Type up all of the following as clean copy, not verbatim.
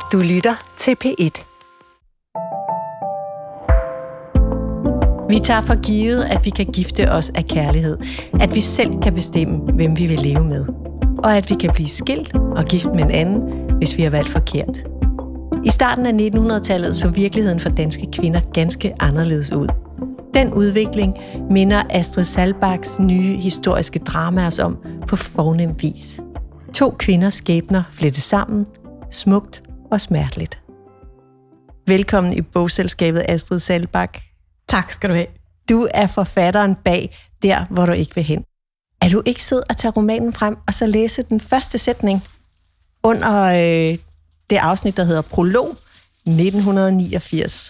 Du lytter til P1. Vi tager for givet, at vi kan gifte os af kærlighed, at vi selv kan bestemme, hvem vi vil leve med, og at vi kan blive skilt og gift med en anden, hvis vi har valgt forkert. I starten af 1900-tallet så virkeligheden for danske kvinder ganske anderledes ud. Den udvikling minder Astrid Saalbachs nye historiske drama os om på fornem vis. 2 kvinders skæbner flettes sammen, smukt og smerteligt. Velkommen i bogselskabet, Astrid Saalbach. Tak skal du have. Du er forfatteren bag Der, hvor du ikke vil hen. Er du ikke sød at tage romanen frem og så læse den første sætning under det afsnit, der hedder Prolog 1989?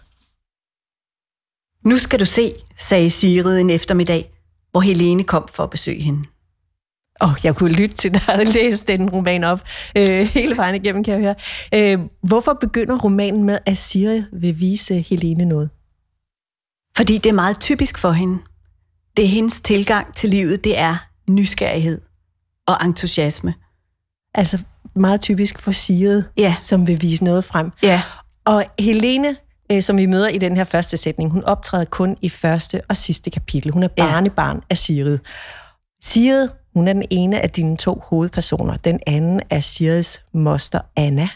Nu skal du se, sagde Sigrid en eftermiddag, hvor Helene kom for at besøge hende. Jeg kunne lytte til dig og læse den roman op hele vejen igennem, kan jeg høre. Hvorfor begynder romanen med, at Sigrid vil vise Helene noget? Fordi det er meget typisk for hende. Det er hendes tilgang til livet, det er nysgerrighed og entusiasme. Altså meget typisk for Sigrid, ja, som vil vise noget frem. Ja. Og Helene, som vi møder i den her første sætning, hun optræder kun i første og sidste kapitel. Hun er barnebarn af Sigrid. Sigrid, hun er den ene af dine 2 hovedpersoner. Den anden er Sigrids moster, Anna.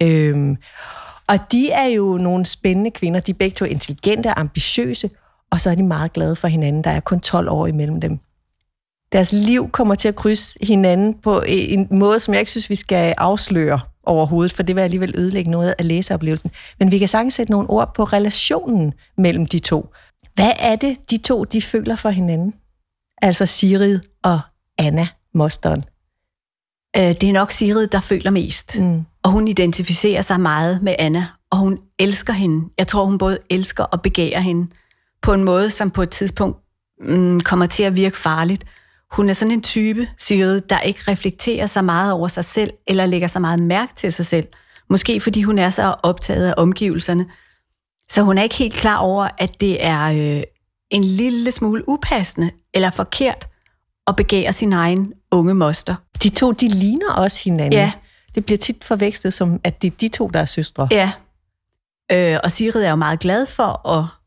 Og de er jo nogle spændende kvinder. De er begge 2 intelligente og ambitiøse, og så er de meget glade for hinanden. Der er kun 12 år imellem dem. Deres liv kommer til at krydse hinanden på en måde, som jeg ikke synes, vi skal afsløre overhovedet, for det vil alligevel ødelægge noget af læseoplevelsen. Men vi kan sagtens sætte nogle ord på relationen mellem de 2. Hvad er det, de 2 de føler for hinanden? Altså Sigrid og Anna, mosteren. Det er nok Sigrid, der føler mest. Og hun identificerer sig meget med Anna, og hun elsker hende. Jeg tror, hun både elsker og begærer hende på en måde, som på et tidspunkt kommer til at virke farligt. Hun er sådan en type, Sigrid, der ikke reflekterer så meget over sig selv, eller lægger så meget mærke til sig selv. Måske fordi hun er så optaget af omgivelserne. Så hun er ikke helt klar over, at det er en lille smule upassende eller forkert at begære sin egen unge moster. De 2, de ligner også hinanden. Ja. Det bliver tit forvekslet som, at det er de 2, der er søstre. Ja. Og Sigrid er jo meget glad for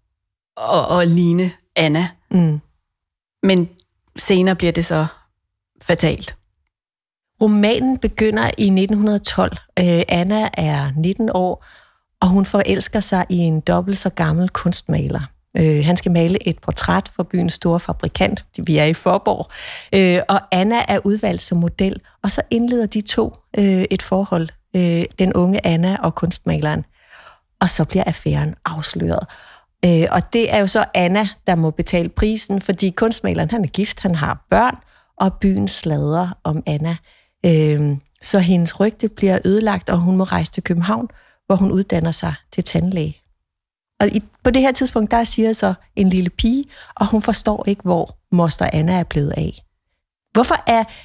at ligne Anna. Men senere bliver det så fatalt. Romanen begynder i 1912. Anna er 19 år, og hun forelsker sig i en dobbelt så gammel kunstmaler. Han skal male et portræt for byens store fabrikant. Vi er i Faaborg. Og Anna er udvalgt som model, og så indleder de 2 et forhold. Den unge Anna og kunstmaleren. Og så bliver affæren afsløret. Og det er jo så Anna, der må betale prisen, fordi kunstmaleren, han er gift, han har børn, og byen sladrer om Anna. Så hendes rygte bliver ødelagt, og hun må rejse til København, hvor hun uddanner sig til tandlæge. Og på det her tidspunkt, der siger så en lille pige, og hun forstår ikke, hvor moster Anna er blevet af. Hvorfor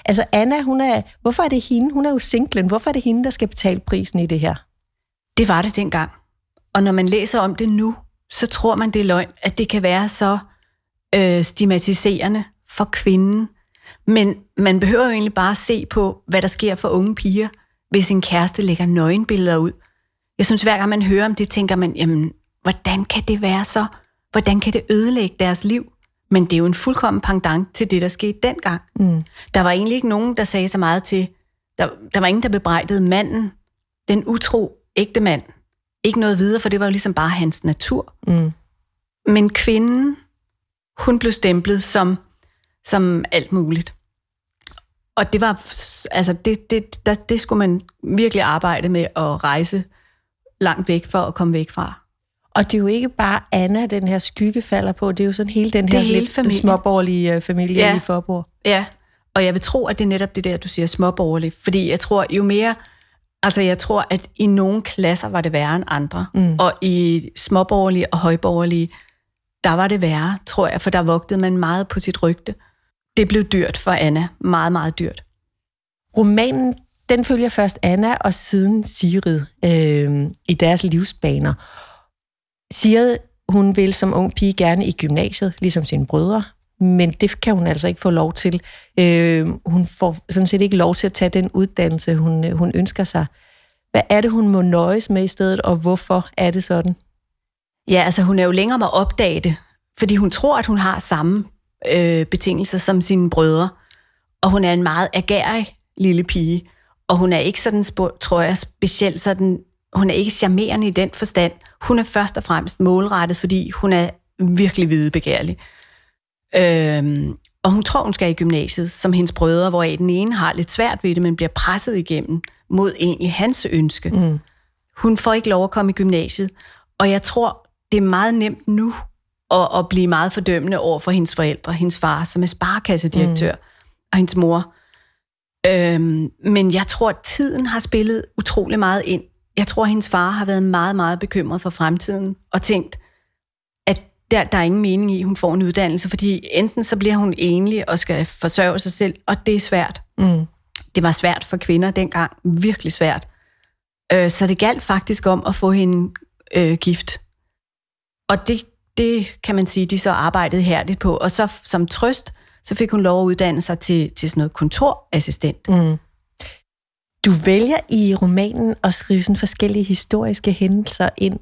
er det hende? Hun er jo singlen. Hvorfor er det hende, der skal betale prisen i det her? Det var det dengang. Og når man læser om det nu, så tror man, det er løgn, at det kan være så stigmatiserende for kvinden. Men man behøver jo egentlig bare se på, hvad der sker for unge piger, hvis en kæreste lægger nøgenbilleder ud. Jeg synes, hver gang man hører om det, tænker man, jamen, hvordan kan det være så? Hvordan kan det ødelægge deres liv? Men det er jo en fuldkommen pendant til det, der skete dengang. Der var egentlig ikke nogen, der sagde så meget til. Der var ingen, der bebrejdede manden, den utro ægte mand. Ikke noget videre, for det var jo ligesom bare hans natur. Men kvinden, hun blev stemplet som alt muligt. Og det var, altså det skulle man virkelig arbejde med at rejse langt væk for at komme væk fra. Og det er jo ikke bare Anna, den her skygge falder på, det er jo sådan hele den her lidt småborgerlige familie i Faaborg. Ja, og jeg vil tro, at det er netop det der, du siger, småborgerlig. Fordi jeg tror jo mere, jeg tror, at i nogle klasser var det værre end andre. Og i småborgerlige og højborgerlige, der var det værre, tror jeg, for der vogtede man meget på sit rygte. Det blev dyrt for Anna, meget, meget dyrt. Romanen, den følger først Anna og siden Sigrid i deres livsbaner. Sigrid, hun vil som ung pige gerne i gymnasiet, ligesom sine brødre, men det kan hun altså ikke få lov til. Hun får sådan set ikke lov til at tage den uddannelse, hun ønsker sig. Hvad er det, hun må nøjes med i stedet, og hvorfor er det sådan? Ja, altså hun er jo længere med at opdage det, fordi hun tror, at hun har samme betingelser som sine brødre, og hun er en meget agerig lille pige, og hun er ikke sådan, tror jeg, specielt sådan, hun er ikke charmerende i den forstand. Hun er først og fremmest målrettet, fordi hun er virkelig videbegærlig. Og hun tror, hun skal i gymnasiet, som hendes brødre, hvor den ene har lidt svært ved det, men bliver presset igennem mod egentlig hans ønske. Mm. Hun får ikke lov at komme i gymnasiet, og jeg tror, det er meget nemt nu at blive meget fordømmende over for hendes forældre, hendes far, som er sparekassedirektør, og hendes mor. Men jeg tror, at tiden har spillet utrolig meget ind. Jeg tror, at hendes far har været meget, meget bekymret for fremtiden, og tænkt, at der er ingen mening i, at hun får en uddannelse, fordi enten så bliver hun enlig og skal forsørge sig selv, og det er svært. Mm. Det var svært for kvinder dengang, virkelig svært. Så det galt faktisk om at få hende gift. Og det kan man sige, de så arbejdede hærdigt på. Og så som trøst, så fik hun lov at uddanne sig til sådan noget kontorassistent. Mm. Du vælger i romanen at skrive sådan forskellige historiske hændelser ind.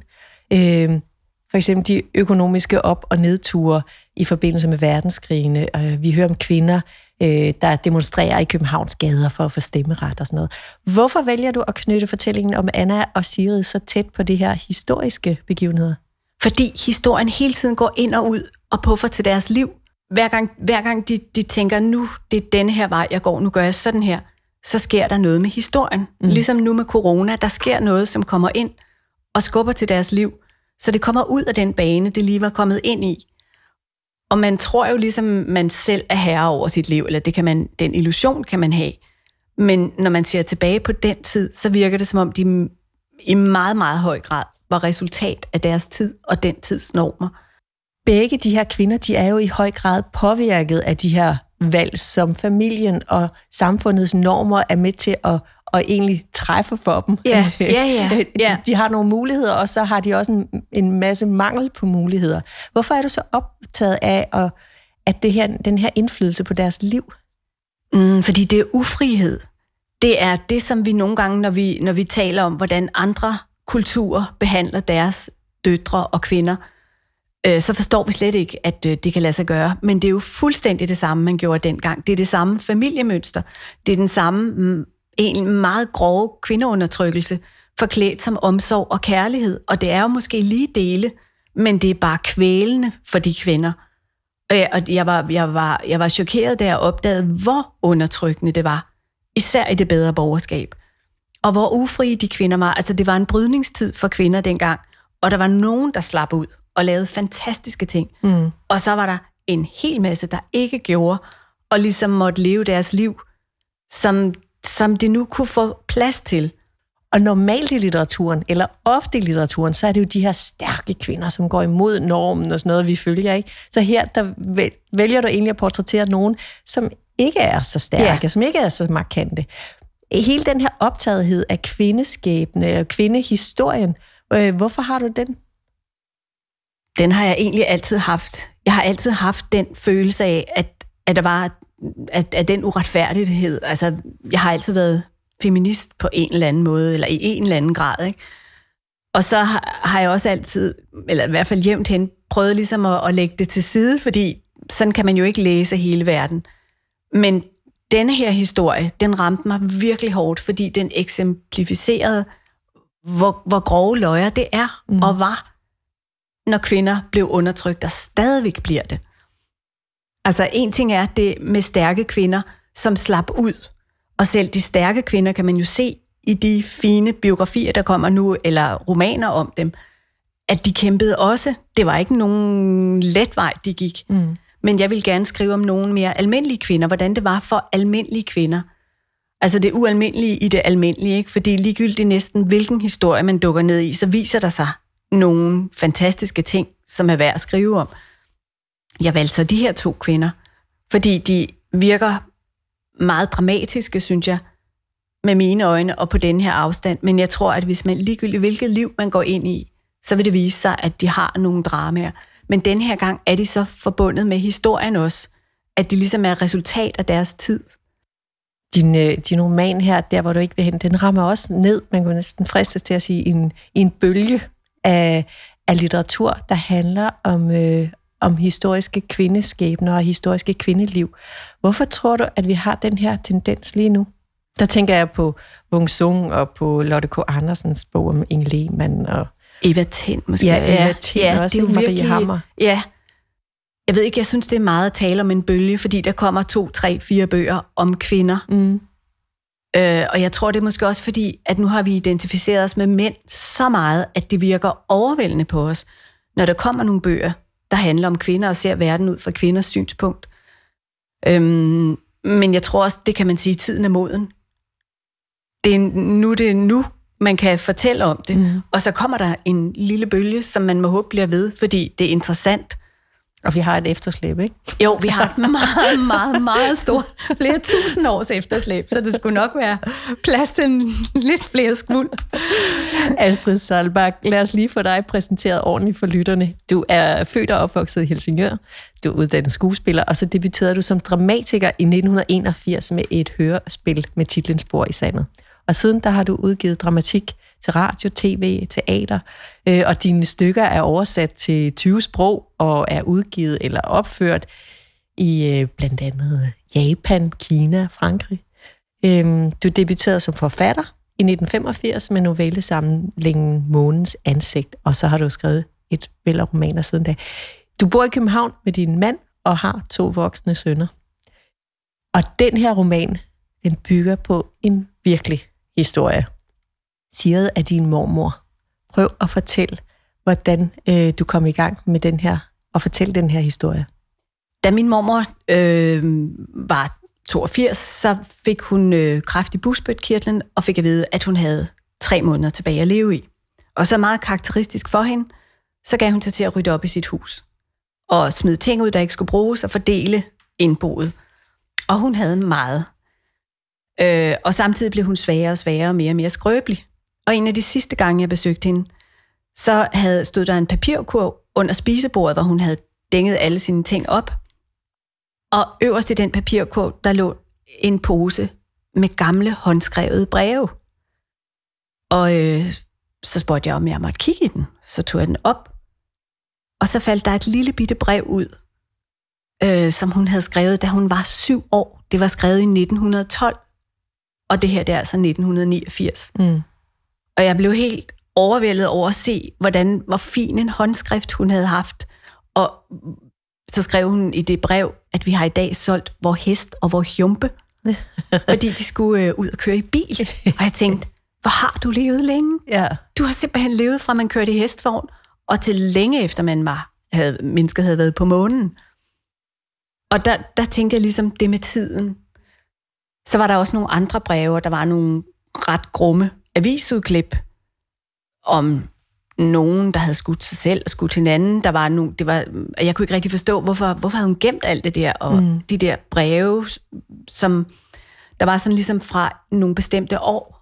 For eksempel de økonomiske op- og nedture i forbindelse med verdenskrigene. Vi hører om kvinder, der demonstrerer i Københavns gader for at få stemmeret og sådan noget. Hvorfor vælger du at knytte fortællingen om Anna og Sigrid så tæt på det her historiske begivenheder? Fordi historien hele tiden går ind og ud og puffer til deres liv. Hver gang de tænker, nu det er denne her vej, jeg går, nu gør jeg sådan her, så sker der noget med historien. Mm. Ligesom nu med corona, der sker noget, som kommer ind og skubber til deres liv. Så det kommer ud af den bane, det lige var kommet ind i. Og man tror jo ligesom, man selv er herre over sit liv, eller den illusion kan man have. Men når man ser tilbage på den tid, så virker det som om, de i meget, meget høj grad var resultat af deres tid og den tids normer. Begge de her kvinder, de er jo i høj grad påvirket af de her valg, som familien og samfundets normer er med til at egentlig træffe for dem. Ja. De har nogle muligheder, og så har de også en masse mangel på muligheder. Hvorfor er du så optaget af at den her indflydelse på deres liv? Fordi det er ufrihed. Det er det, som vi nogle gange, når vi taler om, hvordan andre kulturer behandler deres døtre og kvinder, så forstår vi slet ikke, at det kan lade sig gøre. Men det er jo fuldstændig det samme, man gjorde dengang. Det er det samme familiemønster. Det er den samme en meget grove kvindeundertrykkelse, forklædt som omsorg og kærlighed. Og det er jo måske lige dele, men det er bare kvælende for de kvinder. Og jeg var chokeret, da jeg opdagede, hvor undertrykkende det var. Især i det bedre borgerskab. Og hvor ufrie de kvinder var. Altså, det var en brydningstid for kvinder dengang. Og der var nogen, der slap ud og lavede fantastiske ting. Mm. Og så var der en hel masse, der ikke gjorde, og ligesom måtte leve deres liv, som de nu kunne få plads til. Og normalt i litteraturen, eller ofte i litteraturen, så er det jo de her stærke kvinder, som går imod normen og sådan noget, vi følger, ikke? Så her, der vælger du egentlig at portrættere nogen, som ikke er så stærke, som ikke er så markante. Hele den her optagethed af kvindeskæbne og kvindehistorien, hvorfor har du den? Den har jeg egentlig altid haft. Jeg har altid haft den følelse af, at der var at den uretfærdighed. Altså, jeg har altid været feminist på en eller anden måde, eller i en eller anden grad, ikke? Og så har jeg også altid, eller i hvert fald jævnt hen, prøvet ligesom at lægge det til side, fordi sådan kan man jo ikke læse hele verden. Men denne her historie, den ramte mig virkelig hårdt, fordi den eksemplificerede, hvor grove løjer det er og var, når kvinder blev undertrykt, og stadigvæk bliver det. Altså, en ting er det med stærke kvinder, som slap ud. Og selv de stærke kvinder kan man jo se i de fine biografier, der kommer nu, eller romaner om dem, at de kæmpede også. Det var ikke nogen let vej, de gik. Mm. Men jeg vil gerne skrive om nogle mere almindelige kvinder, hvordan det var for almindelige kvinder. Altså det ualmindelige i det almindelige, ikke? Fordi ligegyldigt næsten hvilken historie man dukker ned i, så viser der sig nogle fantastiske ting, som er værd at skrive om. Jeg valgte så de her 2 kvinder, fordi de virker meget dramatiske, synes jeg, med mine øjne og på den her afstand. Men jeg tror, at hvis man ligegyldigt hvilket liv man går ind i, så vil det vise sig, at de har nogle dramaer. Men den her gang er de så forbundet med historien også, at det ligesom er resultat af deres tid. din roman her, der hvor du ikke vil hen, den rammer også ned, man kan næsten fristes til at sige, en bølge af litteratur, der handler om historiske kvindeskæbner og historiske kvindeliv. Hvorfor tror du, at vi har den her tendens lige nu? Der tænker jeg på Wung Sung og på Lotte K. Andersens bog om Inge Lehmann og Eva Tind måske. Ja, Eva Tind også, det er Marie Hammer. Ja, jeg ved ikke, jeg synes, det er meget at tale om en bølge, fordi der kommer 2, 3, 4 bøger om kvinder. Og jeg tror, det er måske også fordi, at nu har vi identificeret os med mænd så meget, at det virker overvældende på os, når der kommer nogle bøger, der handler om kvinder og ser verden ud fra kvinders synspunkt. Men jeg tror også, det kan man sige, tiden er moden. Det er nu, man kan fortælle om det. Og så kommer der en lille bølge, som man må håbe bliver ved, fordi det er interessant. Og vi har et efterslæb, ikke? Jo, vi har et meget, meget, meget stort, flere tusind års efterslæb, så det skulle nok være plads til lidt flere skvuld. Astrid Saalbach, lad os lige få dig præsenteret ordentligt for lytterne. Du er født og opvokset i Helsingør, du er uddannet skuespiller, og så debuterede du som dramatiker i 1981 med et hørespil med titlen Spor i sandet. Og siden der har du udgivet dramatik til radio, tv, teater, og dine stykker er oversat til 20 sprog og er udgivet eller opført i blandt andet Japan, Kina, Frankrig. Du debuterede som forfatter i 1985 med novellesamlingen Månens ansigt, og så har du skrevet et væld af romaner siden da. Du bor i København med din mand og har 2 voksne sønner. Og den her roman, den bygger på en virkelig historie. Siret af din mormor. Prøv at fortælle, hvordan du kom i gang med den her, og fortælle den her historie. Da min mormor var 82, så fik hun kræft i bugspytkirtlen, og fik at vide, at hun havde 3 måneder tilbage at leve i. Og så meget karakteristisk for hende, så gav hun sig til at rydde op i sit hus. Og smide ting ud, der ikke skulle bruges, og fordele indboet. Og hun havde meget. Og samtidig blev hun svagere og svagere og mere skrøbelig. Og en af de sidste gange, jeg besøgte hende, så stod der en papirkurv under spisebordet, hvor hun havde dænget alle sine ting op. Og øverst i den papirkurv, der lå en pose med gamle håndskrevede breve. Og så spurgte jeg, om jeg måtte kigge i den. Så tog jeg den op. Og så faldt der et lille bitte brev ud, som hun havde skrevet, da hun var 7 år. Det var skrevet i 1912. Og det her, det er altså 1989. Og jeg blev helt overvældet over at se, hvor fin en håndskrift hun havde haft. Og så skrev hun i det brev, at vi har i dag solgt vor hest og vor jumpe, fordi de skulle ud og køre i bil. Og jeg tænkte, hvor har du levet længe? Ja. Du har simpelthen levet fra, man kørte i hestvogn, og til længe efter mennesket havde været på månen. Og der tænkte jeg ligesom det med tiden. Så var der også nogle andre breve, og der var nogle ret grumme avisudklip om nogen, der havde skudt sig selv og skudt hinanden. Jeg kunne ikke rigtig forstå, hvorfor havde hun gemt alt det der, og de der breve, som der var sådan ligesom fra nogle bestemte år.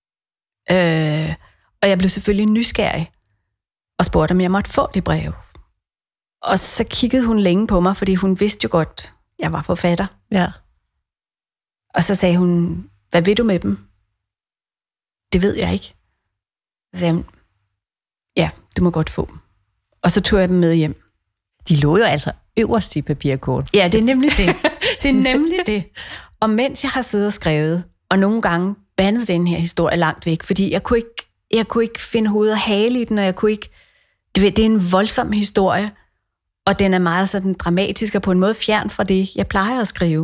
Og jeg blev selvfølgelig nysgerrig og spurgte, om jeg måtte få det brev. Og så kiggede hun længe på mig, fordi hun vidste jo godt, jeg var forfatter. Ja. Og så sagde hun, hvad vil du med dem? Det ved jeg ikke. Så sagde hun, ja, du må godt få dem. Og så tog jeg dem med hjem. De lå jo altså øverst i papirkurven. Ja, det er nemlig det. Det er nemlig det. Og mens jeg har siddet og skrevet, og nogle gange bandet den her historie langt væk, fordi jeg kunne ikke finde hoved og hale i den, og jeg kunne ikke... Det er en voldsom historie, og den er meget sådan dramatisk, og på en måde fjern fra det, jeg plejer at skrive.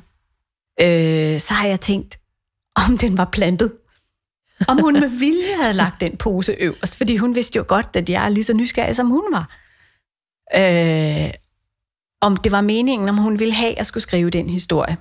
Så har jeg tænkt, om den var plantet. Om hun med vilje havde lagt den pose øverst, fordi hun vidste jo godt, at jeg er lige så nysgerrig, som hun var. Om det var meningen, om hun ville have, at jeg skulle skrive den historie.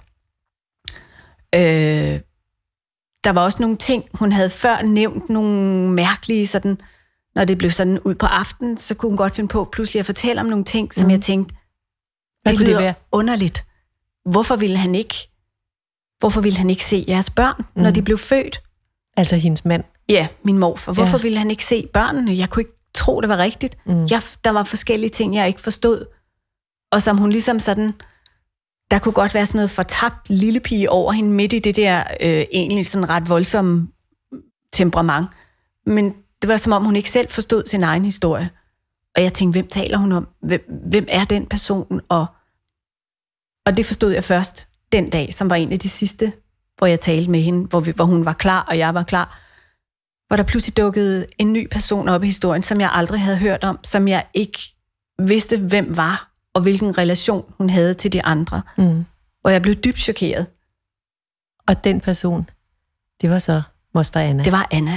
Der var også nogle ting, hun havde før nævnt, nogle mærkelige, sådan, når det blev sådan ud på aftenen, så kunne hun godt finde på pludselig at fortælle om nogle ting, som jeg tænkte, det lyder underligt. Hvorfor ville han ikke se jeres børn, når de blev født? Altså hendes mand? Ja, min morfar. Hvorfor ville han ikke se børnene? Jeg kunne ikke tro, det var rigtigt. Der var forskellige ting, jeg ikke forstod. Og som hun ligesom sådan der kunne godt være sådan noget fortabt lille pige over hende midt i det der egentlig sådan ret voldsomme temperament. Men det var som om, hun ikke selv forstod sin egen historie. Og jeg tænkte, hvem taler hun om? Hvem er den person? Og det forstod jeg først den dag, som var en af de sidste, hvor jeg talte med hende, hvor hun var klar, og jeg var klar. Hvor der pludselig dukkede en ny person op i historien, som jeg aldrig havde hørt om, som jeg ikke vidste, hvem var, og hvilken relation hun havde til de andre. Og jeg blev dybt chokeret. Og den person, det var så moster Anna? Det var Anna.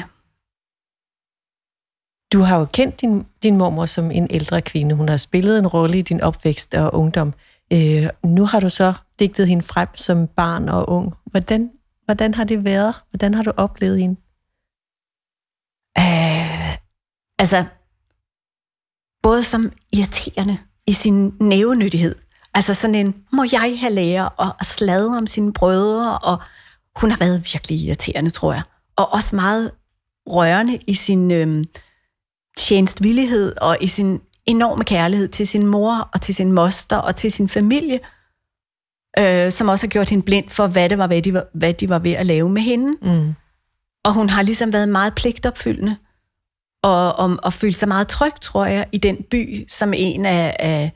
Du har jo kendt din mormor som en ældre kvinde. Hun har spillet en rolle i din opvækst og ungdom. Nu har du så digtet hende frem som barn og ung. Hvordan har det været? Hvordan har du oplevet hende? Altså, både som irriterende i sin nævenyttighed. Altså sådan en, må jeg have lærer og sladre om sine brødre, og hun har været virkelig irriterende, tror jeg. Og også meget rørende i sin tjenestvillighed og i sin enorme kærlighed til sin mor og til sin moster og til sin familie, som også har gjort hende blind for, hvad de var ved at lave med hende. Og hun har ligesom været meget pligtopfyldende og følt sig meget tryg, tror jeg, i den by, som en af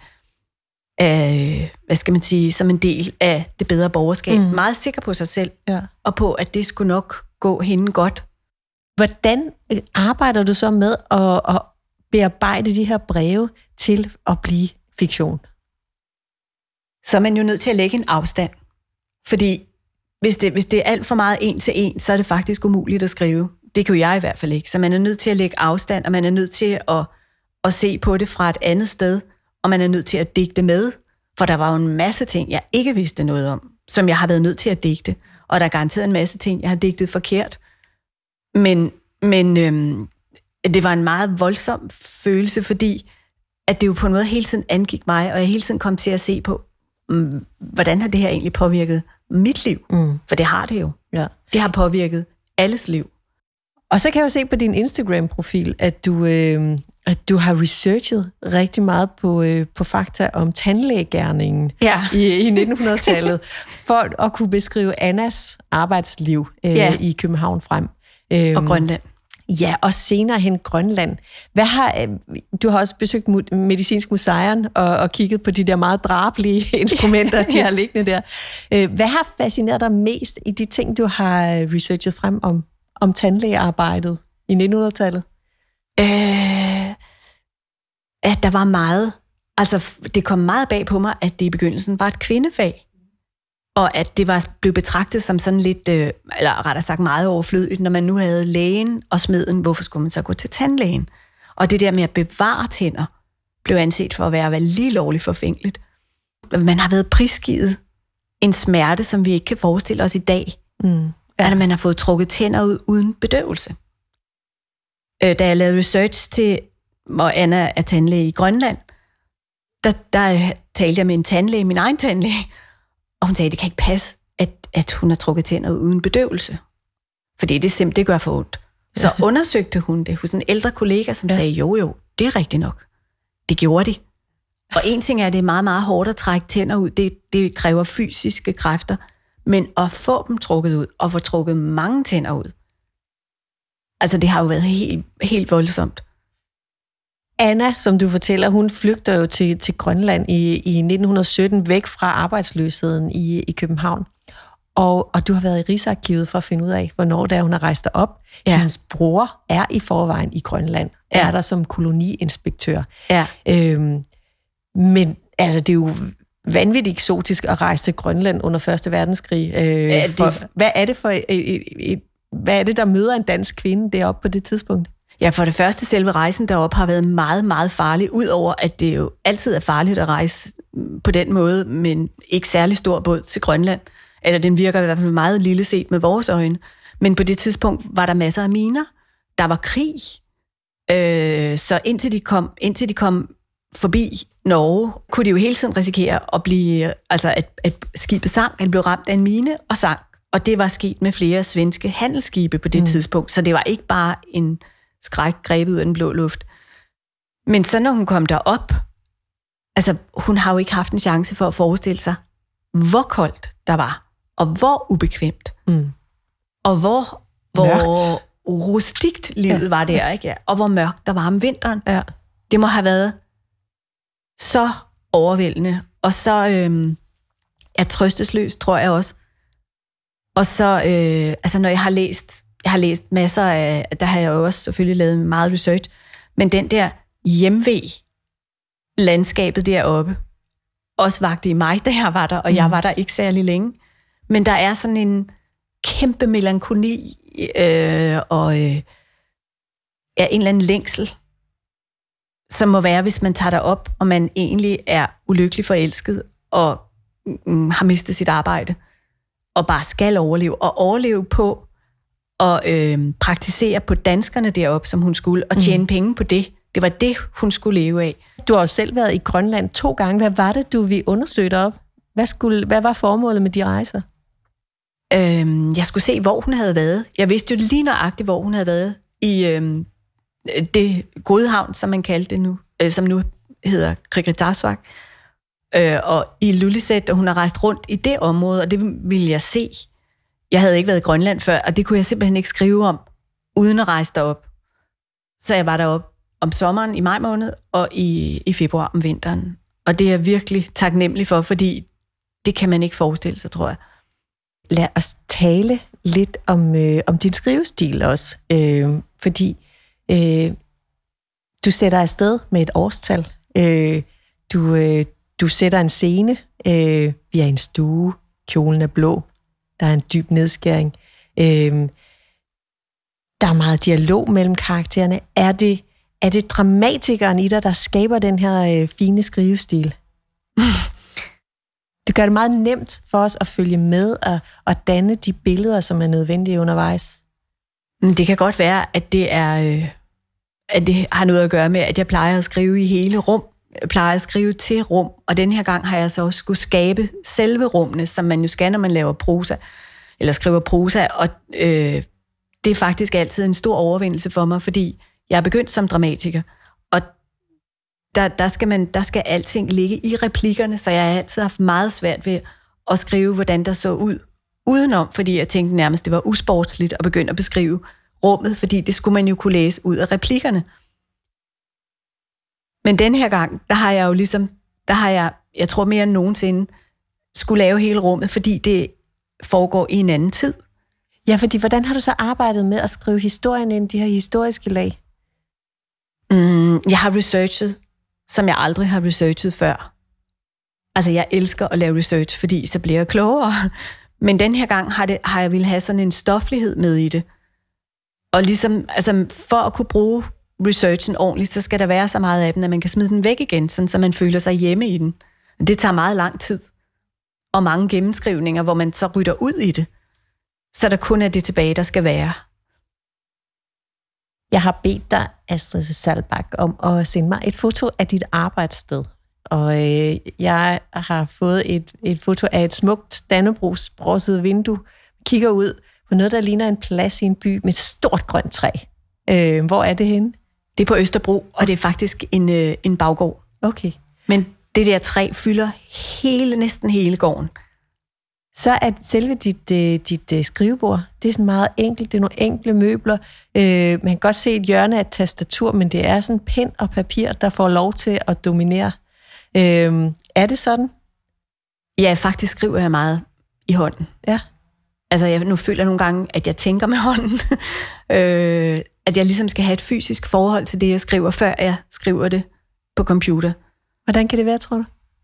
hvad skal man sige, som en del af det bedre borgerskab. Meget sikker på sig selv, og på, at det skulle nok gå hende godt. Hvordan arbejder du så med at bearbejde de her breve til at blive fiktion? Så er man jo nødt til at lægge en afstand. Fordi hvis det er alt for meget en til en, så er det faktisk umuligt at skrive. Det kan jo jeg i hvert fald ikke. Så man er nødt til at lægge afstand, og man er nødt til at se på det fra et andet sted, og man er nødt til at digte med. For der var jo en masse ting, jeg ikke vidste noget om, som jeg har været nødt til at digte. Og der er garanteret en masse ting, jeg har digtet forkert. Men det var en meget voldsom følelse, fordi at det jo på en måde hele tiden angik mig, og jeg hele tiden kom til at se på, hvordan har det her egentlig påvirket mit liv? For det har det jo. Ja. Det har påvirket alles liv. Og så kan jeg jo se på din Instagram-profil, at du har researchet rigtig meget på fakta om tandlægegerningen i 1900-tallet, for at kunne beskrive Annas arbejdsliv i København frem. Og Grønland. Ja, og senere hen Grønland. Du har også besøgt Medicinsk Museum og kigget på de der meget drabelige instrumenter, de har liggende der. Hvad har fascineret dig mest i de ting, du har researchet frem om tandlægearbejdet i 1900-tallet? At der var meget. Altså, det kom meget bag på mig, at det i begyndelsen var et kvindefag. Og at det blev betragtet som sådan lidt, eller rettere sagt meget overflødigt, når man nu havde lægen og smeden, hvorfor skulle man så gå til tandlægen? Og det der med at bevare tænder, blev anset for at være lige lovligt forfængeligt. Man har været prisgivet en smerte, som vi ikke kan forestille os i dag. At man har fået trukket tænder ud uden bedøvelse. Da jeg lavede research til, hvor Anna er tandlæge i Grønland, der talte jeg med en tandlæge, min egen tandlæge, og hun sagde, det kan ikke passe, at hun har trukket tænder uden bedøvelse. Fordi det gør for ondt. Så undersøgte hun det hos en ældre kollega, som sagde, jo, det er rigtigt nok. Det gjorde de. Og en ting er, at det er meget, meget hårdt at trække tænder ud. Det kræver fysiske kræfter. Men at få dem trukket ud, og få trukket mange tænder ud, altså det har jo været helt, helt voldsomt. Anna, som du fortæller, hun flygter jo til Grønland i 1917, væk fra arbejdsløsheden i København. Og du har været i Rigsarkivet for at finde ud af, hvornår det er, hun har rejst derop. Ja. Hendes bror er i forvejen i Grønland, er der som koloniinspektør. Ja. Men altså, det er jo vanvittigt eksotisk at rejse til Grønland under 1. verdenskrig. Hvad er det, der møder en dansk kvinde deroppe på det tidspunkt? Ja, for det første, selve rejsen deroppe har været meget, meget farlig, udover at det jo altid er farligt at rejse på den måde, men ikke særlig stor båd til Grønland. Eller den virker i hvert fald meget lille set med vores øjne. Men på det tidspunkt var der masser af miner. Der var krig. Så indtil de kom forbi Norge, kunne de jo hele tiden risikere at blive, altså at skibet sank, at blev ramt af en mine og sank. Og det var sket med flere svenske handelsskibe på det tidspunkt. Så det var ikke bare en skræk grebet ud af den blå luft. Men så når hun kom derop, altså hun har jo ikke haft en chance for at forestille sig, hvor koldt der var, og hvor ubekvemt, og hvor rustikt livet var der, ikke? Ja. Og hvor mørkt der var om vinteren. Ja. Det må have været så overvældende, og så trøstesløst, tror jeg også. Og så, når jeg har læst masser af, der har jeg jo også selvfølgelig lavet meget research, men den der hjemve-landskabet deroppe, også vagte i mig, da jeg var der, og jeg var der ikke særlig længe. Men der er sådan en kæmpe melankoli, og en eller anden længsel, som må være, hvis man tager derop, og man egentlig er ulykkelig forelsket, og har mistet sit arbejde, og bare skal overleve på at praktisere på danskerne deroppe, som hun skulle, og tjene penge på det. Det var det, hun skulle leve af. Du har jo selv været i Grønland 2 gange. Hvad var det, du ville undersøge op? Hvad var formålet med de rejser? Jeg skulle se, hvor hun havde været. Jeg vidste jo lige nøjagtigt, hvor hun havde været i det Godhavn, som man kaldte det nu, som nu hedder Krikketasvak. Og i Ilulissat, og hun har rejst rundt i det område, og det ville jeg se. Jeg havde ikke været i Grønland før, og det kunne jeg simpelthen ikke skrive om, uden at rejse derop. Så jeg var deroppe om sommeren i maj måned, og i februar om vinteren. Og det er jeg virkelig taknemmelig for, fordi det kan man ikke forestille sig, tror jeg. Lad os tale lidt om din skrivestil også, fordi du sætter afsted med et årstal. Du sætter en scene. Vi er i en stue. Kjolen er blå. Der er en dyb nedskæring. Der er meget dialog mellem karaktererne. Er det dramatikeren i dig, der skaber den her fine skrivestil? Det gør det meget nemt for os at følge med og danne de billeder, som er nødvendige undervejs. Det kan godt være, at det har noget at gøre med, at jeg plejer at skrive i hele rum. Jeg plejer at skrive til rum, og den her gang har jeg så også skulle skabe selve rummene, som man jo skal, når man laver prosa, eller skriver prosa, og det er faktisk altid en stor overvindelse for mig, fordi jeg er begyndt som dramatiker, og der skal alting ligge i replikkerne, så jeg har altid haft meget svært ved at skrive, hvordan der så ud udenom, fordi jeg tænkte nærmest, det var usportsligt at begynde at beskrive rummet, fordi det skulle man jo kunne læse ud af replikkerne. Men den her gang, jeg tror mere end nogensinde, skulle lave hele rummet, fordi det foregår i en anden tid. Ja, fordi hvordan har du så arbejdet med at skrive historien ind, de her historiske lag? Jeg har researchet, som jeg aldrig har researchet før. Altså, jeg elsker at lave research, fordi så bliver jeg klogere. Men den her gang har jeg ville have sådan en stoflighed med i det. Og ligesom, altså, for at kunne bruge researchen ordentligt, så skal der være så meget af den, at man kan smide den væk igen, sådan, så man føler sig hjemme i den. Det tager meget lang tid. Og mange gennemskrivninger, hvor man så rytter ud i det. Så der kun er det tilbage, der skal være. Jeg har bedt dig, Astrid Saalbach, om at sende mig et foto af dit arbejdssted. Og jeg har fået et foto af et smukt dannebrogsbrosset vindue. Kigger ud på noget, der ligner en plads i en by med et stort grønt træ. Hvor er det henne? Det er på Østerbro, og det er faktisk en baggård. Okay. Men det der træ fylder næsten hele gården. Så er selve dit skrivebord, det er sådan meget enkelt. Det er nogle enkle møbler. Man kan godt se et hjørne af et tastatur, men det er sådan pen og papir, der får lov til at dominere. Er det sådan? Ja, faktisk skriver jeg meget i hånden. Ja. Altså, nu føler jeg nogle gange, at jeg tænker med hånden. At jeg ligesom skal have et fysisk forhold til det, jeg skriver, før jeg skriver det på computer. Hvordan kan det være, tror du?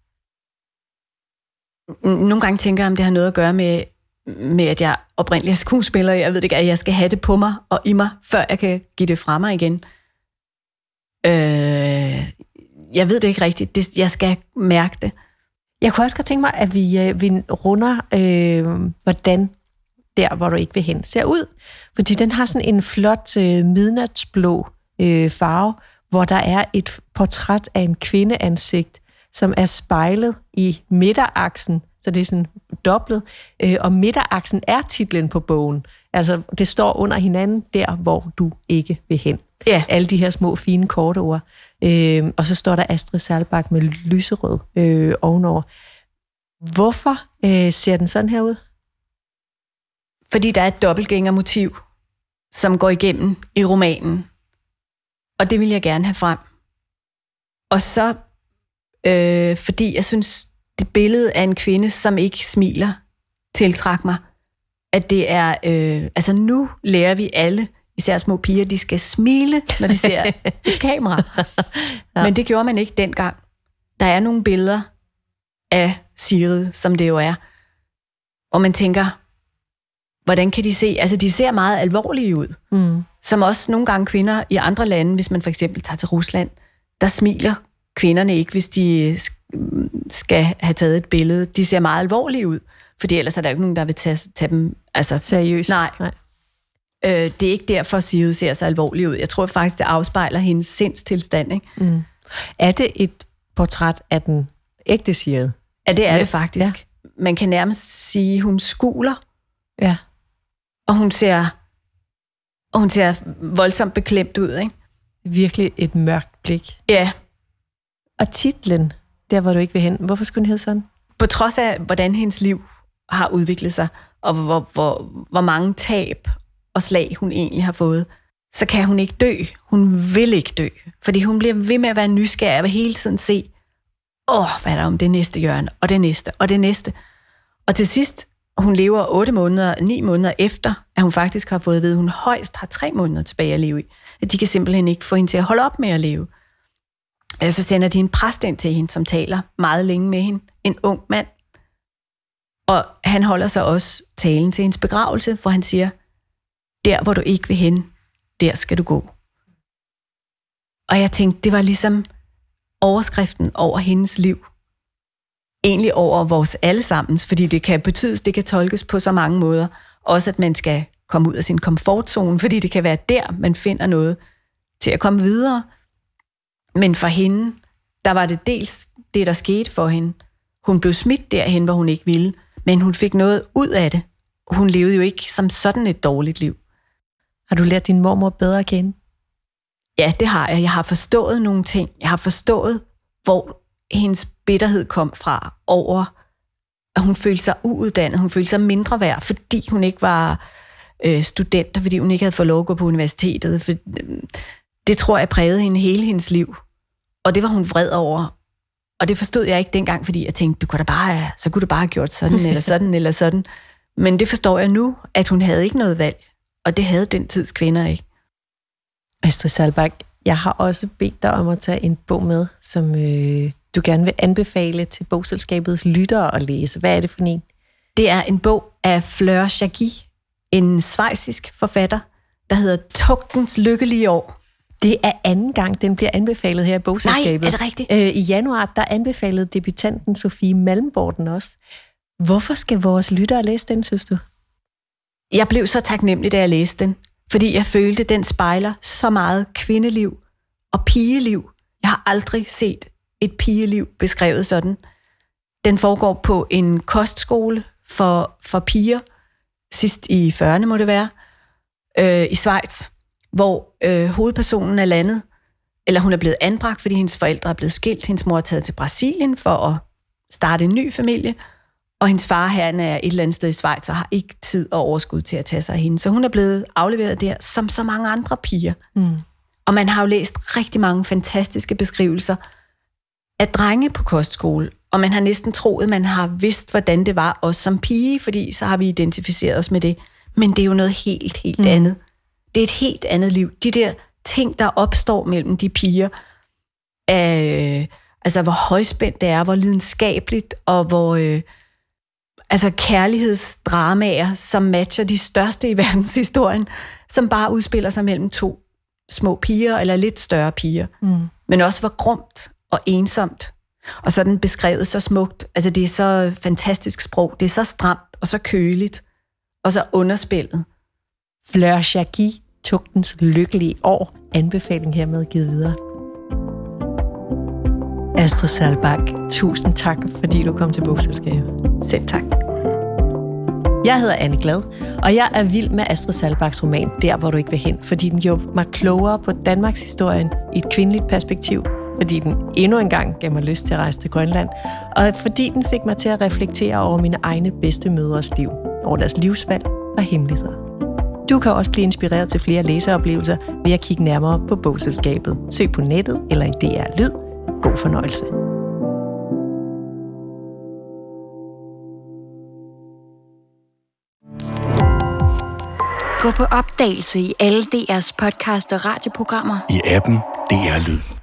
Nogle gange tænker jeg, om det har noget at gøre med at jeg oprindeligt er skuespiller. Jeg ved ikke, at jeg skal have det på mig og i mig, før jeg kan give det fra mig igen. Jeg ved det ikke rigtigt. Jeg skal mærke det. Jeg kunne også godt tænke mig, at vi runder, hvordan der, hvor du ikke vil hen, ser ud. Fordi den har sådan en flot midnatsblå farve, hvor der er et portræt af en kvindeansigt, som er spejlet i midteraksen, så det er sådan dobblet. Og midteraksen er titlen på bogen. Altså, det står under hinanden, der hvor du ikke vil hen. Ja. Alle de her små, fine, korte ord. Og så står der Astrid Saalbach med lyserød ovenover. Hvorfor ser den sådan her ud? Fordi der er et dobbeltgængermotiv, som går igennem i romanen. Og det vil jeg gerne have frem. Og så, fordi jeg synes, det billede af en kvinde, som ikke smiler, tiltræk mig. At det er, altså nu lærer vi alle, især små piger, de skal smile, når de ser et kamera. Ja. Men det gjorde man ikke dengang. Der er nogle billeder af Sigrid, som det jo er. Og man tænker, hvordan kan de se? Altså, de ser meget alvorlige ud. Som også nogle gange kvinder i andre lande, hvis man for eksempel tager til Rusland, der smiler kvinderne ikke, hvis de skal have taget et billede. De ser meget alvorlige ud, fordi ellers er der jo ikke nogen, der vil tage dem altså, seriøst. Nej. Det er ikke derfor, Sigrid ser så alvorlig ud. Jeg tror faktisk, det afspejler hendes sindstilstand. Ikke? Er det et portræt af den ægte Sigrid? Ja, det er det faktisk. Ja. Man kan nærmest sige, hun skuler. Ja. Og hun ser voldsomt beklemt ud, ikke? Virkelig et mørkt blik. Ja. Og titlen, der hvor du ikke vil hen, hvorfor skulle den hedde sådan? På trods af, hvordan hendes liv har udviklet sig, og hvor mange tab og slag hun egentlig har fået, så kan hun ikke dø. Hun vil ikke dø, fordi hun bliver ved med at være nysgerrig og hele tiden se, hvad er der om det næste hjørne, og det næste, og det næste. Og til sidst, hun lever 9 måneder efter, at hun faktisk har fået at vide, at hun højst har 3 måneder tilbage at leve i. At de kan simpelthen ikke få hende til at holde op med at leve. Så sender de en præst ind til hende, som taler meget længe med hende. En ung mand. Og han holder så også talen til hendes begravelse, for han siger, der hvor du ikke vil hen, der skal du gå. Og jeg tænkte, det var ligesom overskriften over hendes liv. Egentlig over vores allesammens, fordi det kan tolkes på så mange måder. Også at man skal komme ud af sin komfortzone, fordi det kan være der, man finder noget til at komme videre. Men for hende, der var det dels det, der skete for hende. Hun blev smidt derhen, hvor hun ikke ville, men hun fik noget ud af det. Hun levede jo ikke som sådan et dårligt liv. Har du lært din mormor bedre at kende? Ja, det har jeg. Jeg har forstået nogle ting. Jeg har forstået, hvor hendes bitterhed kom fra over, at hun følte sig uuddannet. Hun følte sig mindre værd, fordi hun ikke var student, og fordi hun ikke havde fået lov at gå på universitetet. For, det tror jeg prægede hende hele hendes liv. Og det var hun vred over. Og det forstod jeg ikke dengang, fordi jeg tænkte, så kunne du bare have gjort sådan, eller sådan, eller sådan. Men det forstår jeg nu, at hun havde ikke noget valg. Og det havde den tids kvinder ikke. Astrid Saalbach, jeg har også bedt dig om at tage en bog med, som du gerne vil anbefale til Bogselskabets lyttere at læse. Hvad er det for en? Det er en bog af Fleur Jaggi, en schweizisk forfatter, der hedder Tugtens lykkelige år. Det er anden gang, den bliver anbefalet her i Bogselskabet. Nej, er det rigtigt? I januar, der anbefalede debutanten Sofie Malmborg den også. Hvorfor skal vores lyttere læse den, synes du? Jeg blev så taknemmelig, da jeg læste den, fordi jeg følte, den spejler så meget kvindeliv og pigeliv. Jeg har aldrig set et pigeliv beskrevet sådan. Den foregår på en kostskole for piger, sidst i 40'erne må det være, i Schweiz, hvor hovedpersonen er landet, eller hun er blevet anbragt, fordi hendes forældre er blevet skilt. Hendes mor er taget til Brasilien for at starte en ny familie, og hendes far han er et eller andet sted i Schweiz og har ikke tid og overskud til at tage sig af hende. Så hun er blevet afleveret der, som så mange andre piger. Og man har jo læst rigtig mange fantastiske beskrivelser af drenge på kostskole, og man har næsten troet, at man har vidst, hvordan det var også som pige, fordi så har vi identificeret os med det. Men det er jo noget helt andet. Det er et helt andet liv. De der ting, der opstår mellem de piger, altså hvor højspændt det er, hvor lidenskabeligt, og hvor kærlighedsdramaer, som matcher de største i verdenshistorien, som bare udspiller sig mellem 2 små piger, eller lidt større piger. Men også hvor grumt og ensomt. Og så er den beskrevet så smukt. Altså det er så fantastisk sprog. Det er så stramt og så køligt. Og så underspillet. Fleur Jaggi, Tugtens lykkelige år. Anbefaling hermed givet videre. Astrid Saalbach, tusind tak, fordi du kom til Bogselskabet. Selv tak. Jeg hedder Anne Glad, og jeg er vild med Astrid Saalbachs roman Der, hvor du ikke vil hen, fordi den gjorde mig klogere på Danmarks historien i et kvindeligt perspektiv, fordi den endnu engang gav mig lyst til at rejse til Grønland, og fordi den fik mig til at reflektere over mine egne bedstemødres liv, over deres livsvalg og hemmeligheder. Du kan også blive inspireret til flere læseoplevelser ved at kigge nærmere på Bogselskabet. Søg på nettet eller i DR Lyd. God fornøjelse. Gå på opdagelse i alle DR's podcast og radioprogrammer. I appen DR Lyd.